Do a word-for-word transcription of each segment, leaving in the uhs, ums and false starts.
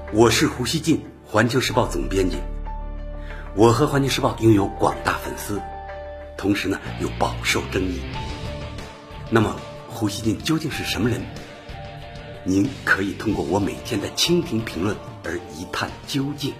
我是胡锡进，环球时报总编辑。我和环球时报拥有广大粉丝，同时呢又饱受争议。那么胡锡进究竟是什么人？您可以通过我每天的蜻蜓评论而一探究竟。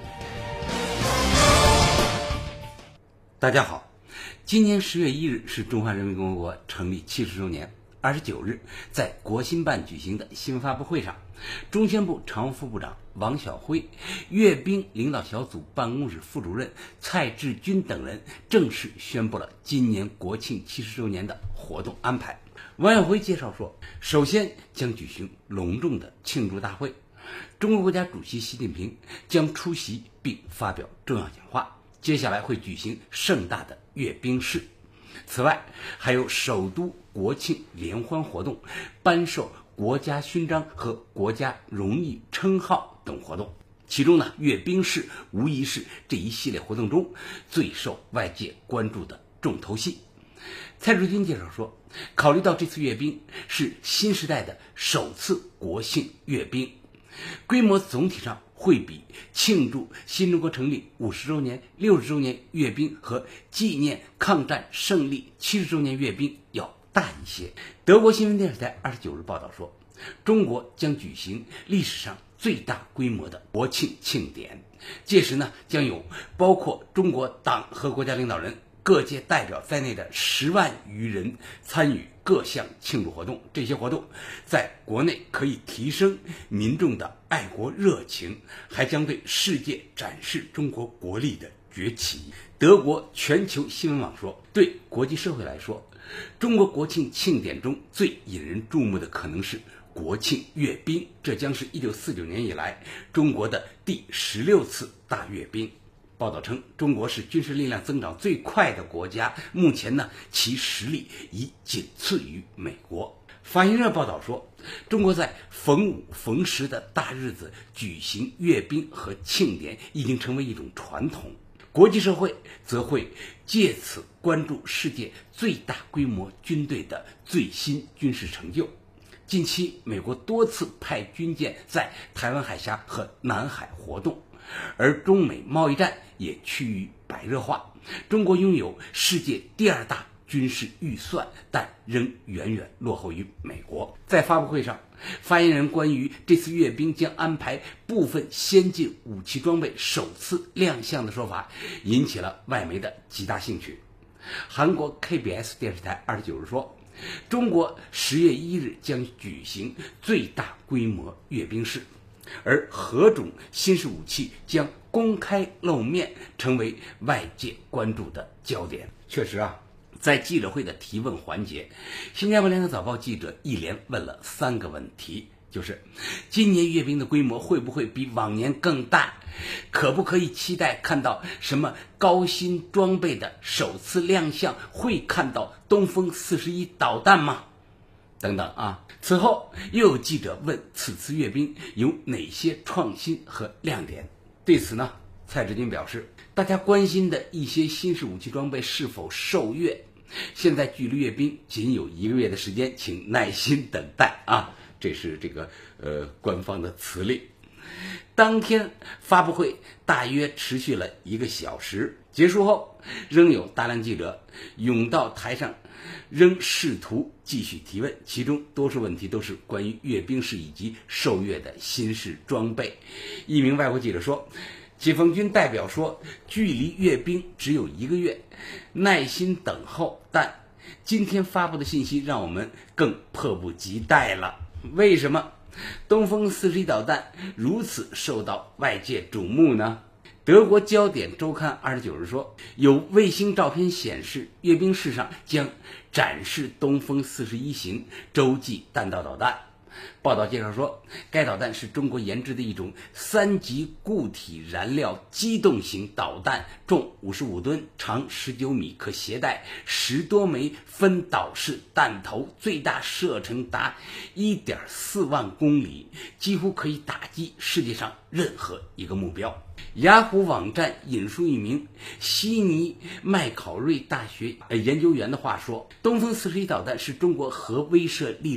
大家好，今年十月一日是中华人民共和国成立七十周年。二十九日，在国新办举行的新闻发布会上，中宣部常务副部长王晓辉、阅兵领导小组办公室副主任蔡志军等人正式宣布了今年国庆七十周年的活动安排。王晓辉介绍说，首先将举行隆重的庆祝大会，中国国家主席习近平将出席并发表重要讲话，接下来会举行盛大的阅兵式。此外，还有首都国庆联欢活动、颁授国家勋章和国家荣誉称号等活动。其中呢，阅兵式无疑是这一系列活动中最受外界关注的重头戏。蔡志军介绍说，考虑到这次阅兵是新时代的首次国庆阅兵，规模总体上会比庆祝新中国成立五十周年、六十周年阅兵和纪念抗战胜利七十周年阅兵要大一些。德国新闻电视台二十九日报道说，中国将举行历史上最大规模的国庆庆典，届时呢，将有包括中国党和国家领导人、各界代表在内的十万余人参与各项庆祝活动。这些活动在国内可以提升民众的爱国热情，还将对世界展示中国国力的崛起。德国全球新闻网说，对国际社会来说，中国国庆庆典中最引人注目的可能是国庆阅兵，这将是一九四九年以来中国的第十六次大阅兵。报道称，中国是军事力量增长最快的国家，目前呢，其实力已仅次于美国。法新社报道说，中国在逢五逢十的大日子举行阅兵和庆典已经成为一种传统，国际社会则会借此关注世界最大规模军队的最新军事成就。近期，美国多次派军舰在台湾海峡和南海活动，而中美贸易战也趋于白热化。中国拥有世界第二大军事预算，但仍远远落后于美国。在发布会上，发言人关于这次阅兵将安排部分先进武器装备首次亮相的说法，引起了外媒的极大兴趣。韩国 K B S 电视台二十九日说，中国十月一日将举行最大规模阅兵式，而何种新式武器将公开露面，成为外界关注的焦点。确实啊，在记者会的提问环节，新加坡联合早报记者一连问了三个问题，就是今年阅兵的规模会不会比往年更大？可不可以期待看到什么高新装备的首次亮相？会看到东风四十一导弹吗？等等啊！此后又有记者问此次阅兵有哪些创新和亮点。对此呢，蔡志军表示，大家关心的一些新式武器装备是否受阅，现在距离阅兵仅有一个月的时间，请耐心等待啊！这是这个呃官方的词令。当天发布会大约持续了一个小时，结束后仍有大量记者涌到台上，仍试图继续提问，其中多数问题都是关于阅兵式以及受阅的新式装备。一名外国记者说，解放军代表说，距离阅兵只有一个月，耐心等候，但今天发布的信息让我们更迫不及待了。为什么东风四十一导弹如此受到外界瞩目呢？德国焦点周刊二十九日说，有卫星照片显示，阅兵式上将展示东风四十一型洲际弹道导弹。报道介绍说，该导弹是中国研制的一种三级固体燃料机动型导弹，重五十五吨，长十九米，可携带十多枚分导式弹头，最大射程达 一点四万公里，几乎可以打击世界上任何一个目标。雅虎网站引述一名悉尼麦考瑞大学研究员的话说，东风四十一导弹是中国核威慑力量的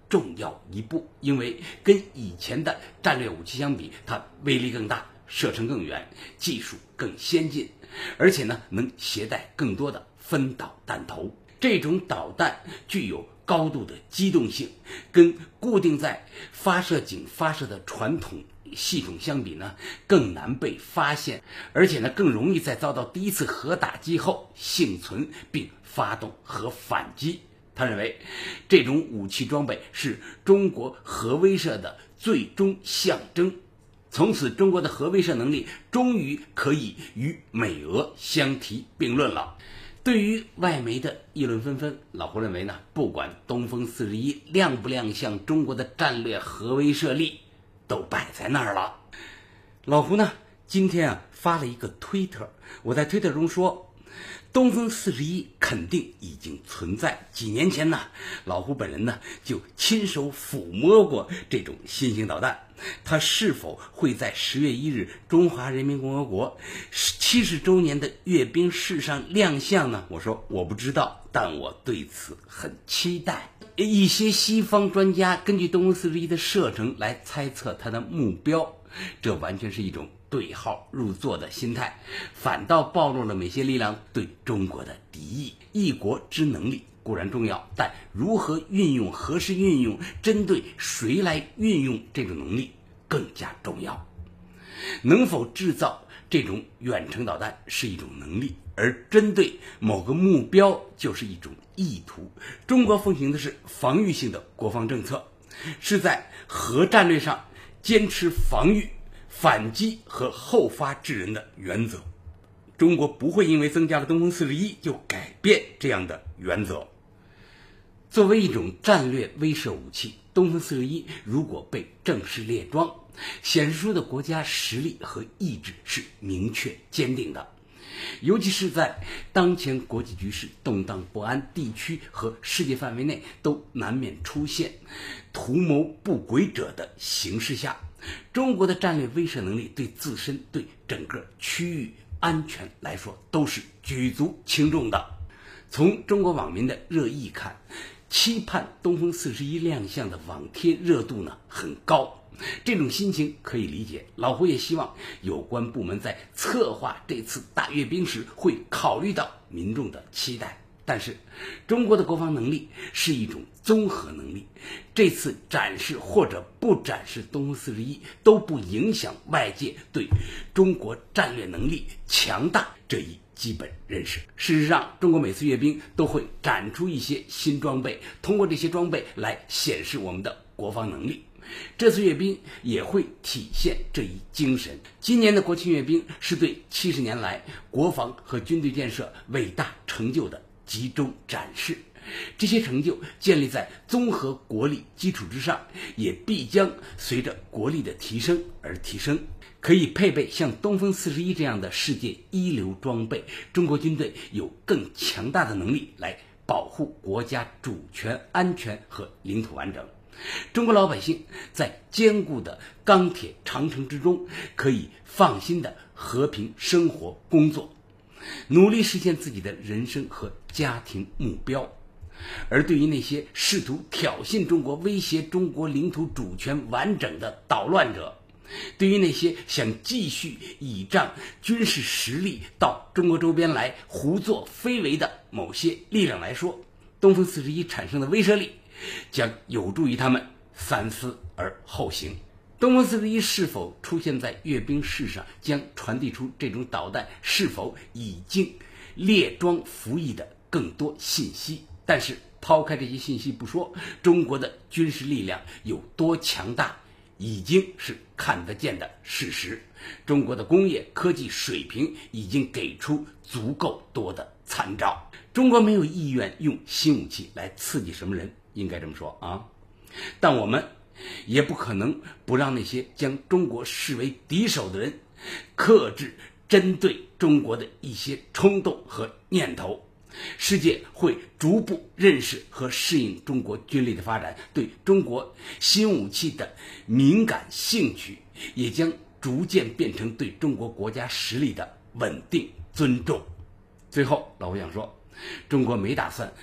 重要一步，因为跟以前的战略武器相比，它威力更大，射程更远，技术更先进，而且呢能携带更多的分导弹头。这种导弹具有高度的机动性，跟固定在发射井发射的传统系统相比呢，更难被发现，而且呢更容易在遭到第一次核打击后幸存并发动核反击。他认为这种武器装备是中国核威慑的最终象征，从此中国的核威慑能力终于可以与美俄相提并论了。对于外媒的议论纷纷，老胡认为呢，不管东风四十一亮不亮相，中国的战略核威慑力都摆在那儿了。老胡呢今天啊发了一个推特，我在推特中说，东风四十一肯定已经存在，几年前呢老胡本人呢就亲手抚摸过这种新型导弹，它是否会在十月一日中华人民共和国七十周年的阅兵式上亮相呢？我说我不知道，但我对此很期待。一些西方专家根据东风四十一的射程来猜测它的目标，这完全是一种对号入座的心态，反倒暴露了美些力量对中国的敌意。一国之能力固然重要，但如何运用、何时运用、针对谁来运用这种能力更加重要。能否制造这种远程导弹是一种能力，而针对某个目标就是一种意图。中国奉行的是防御性的国防政策，是在核战略上坚持防御、反击和后发制人的原则。中国不会因为增加了东风四十一就改变这样的原则。作为一种战略威慑武器，东风四十一如果被正式列装，显示出的国家实力和意志是明确坚定的。尤其是在当前国际局势动荡不安，地区和世界范围内都难免出现图谋不轨者的形势下，中国的战略威慑能力对自身、对整个区域安全来说都是举足轻重的。从中国网民的热议看，期盼东风四十一亮相的网贴热度呢很高，这种心情可以理解。老胡也希望有关部门在策划这次大阅兵时会考虑到民众的期待。但是中国的国防能力是一种综合能力，这次展示或者不展示东风四十一都不影响外界对中国战略能力强大这一基本认识。事实上，中国每次阅兵都会展出一些新装备，通过这些装备来显示我们的国防能力。这次阅兵也会体现这一精神。今年的国庆阅兵是对七十年来国防和军队建设伟大成就的集中展示，这些成就建立在综合国力基础之上，也必将随着国力的提升而提升。可以配备像东风四十一这样的世界一流装备，中国军队有更强大的能力来保护国家主权、安全和领土完整。中国老百姓在坚固的钢铁长城之中，可以放心的和平生活工作，努力实现自己的人生和家庭目标。而对于那些试图挑衅中国、威胁中国领土主权完整的捣乱者，对于那些想继续倚仗军事实力到中国周边来胡作非为的某些力量来说，东风四十一产生的威慑力将有助于他们三思而后行。东风四十一是否出现在阅兵式上，将传递出这种导弹是否已经列装服役的更多信息。但是抛开这些信息不说，中国的军事力量有多强大已经是看得见的事实。中国的工业科技水平已经给出足够多的参照。中国没有意愿用新武器来刺激什么人，应该这么说啊。但我们也不可能不让那些将中国视为敌手的人克制针对中国的一些冲动和念头。世界会逐步认识和适应中国军力的发展，对中国新武器的敏感兴趣也将逐渐变成对中国国家实力的稳定尊重。最后，老胡想说，中国没打算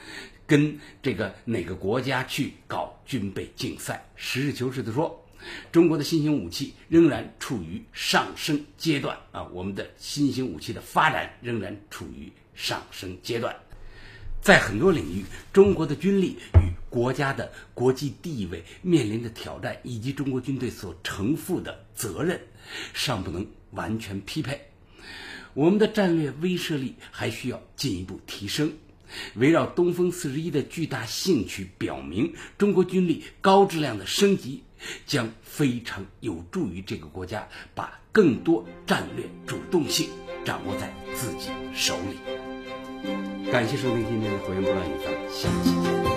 跟这个哪个国家去搞军备竞赛。实事求是的说，中国的新型武器仍然处于上升阶段啊，我们的新型武器的发展仍然处于上升阶段。在很多领域，中国的军力与国家的国际地位面临的挑战，以及中国军队所承负的责任，尚不能完全匹配。我们的战略威慑力还需要进一步提升。围绕东风四十一的巨大兴趣表明，中国军力高质量的升级将非常有助于这个国家把更多战略主动性掌握在自己手里。感谢收听今天的火焰不乱语法，下期见。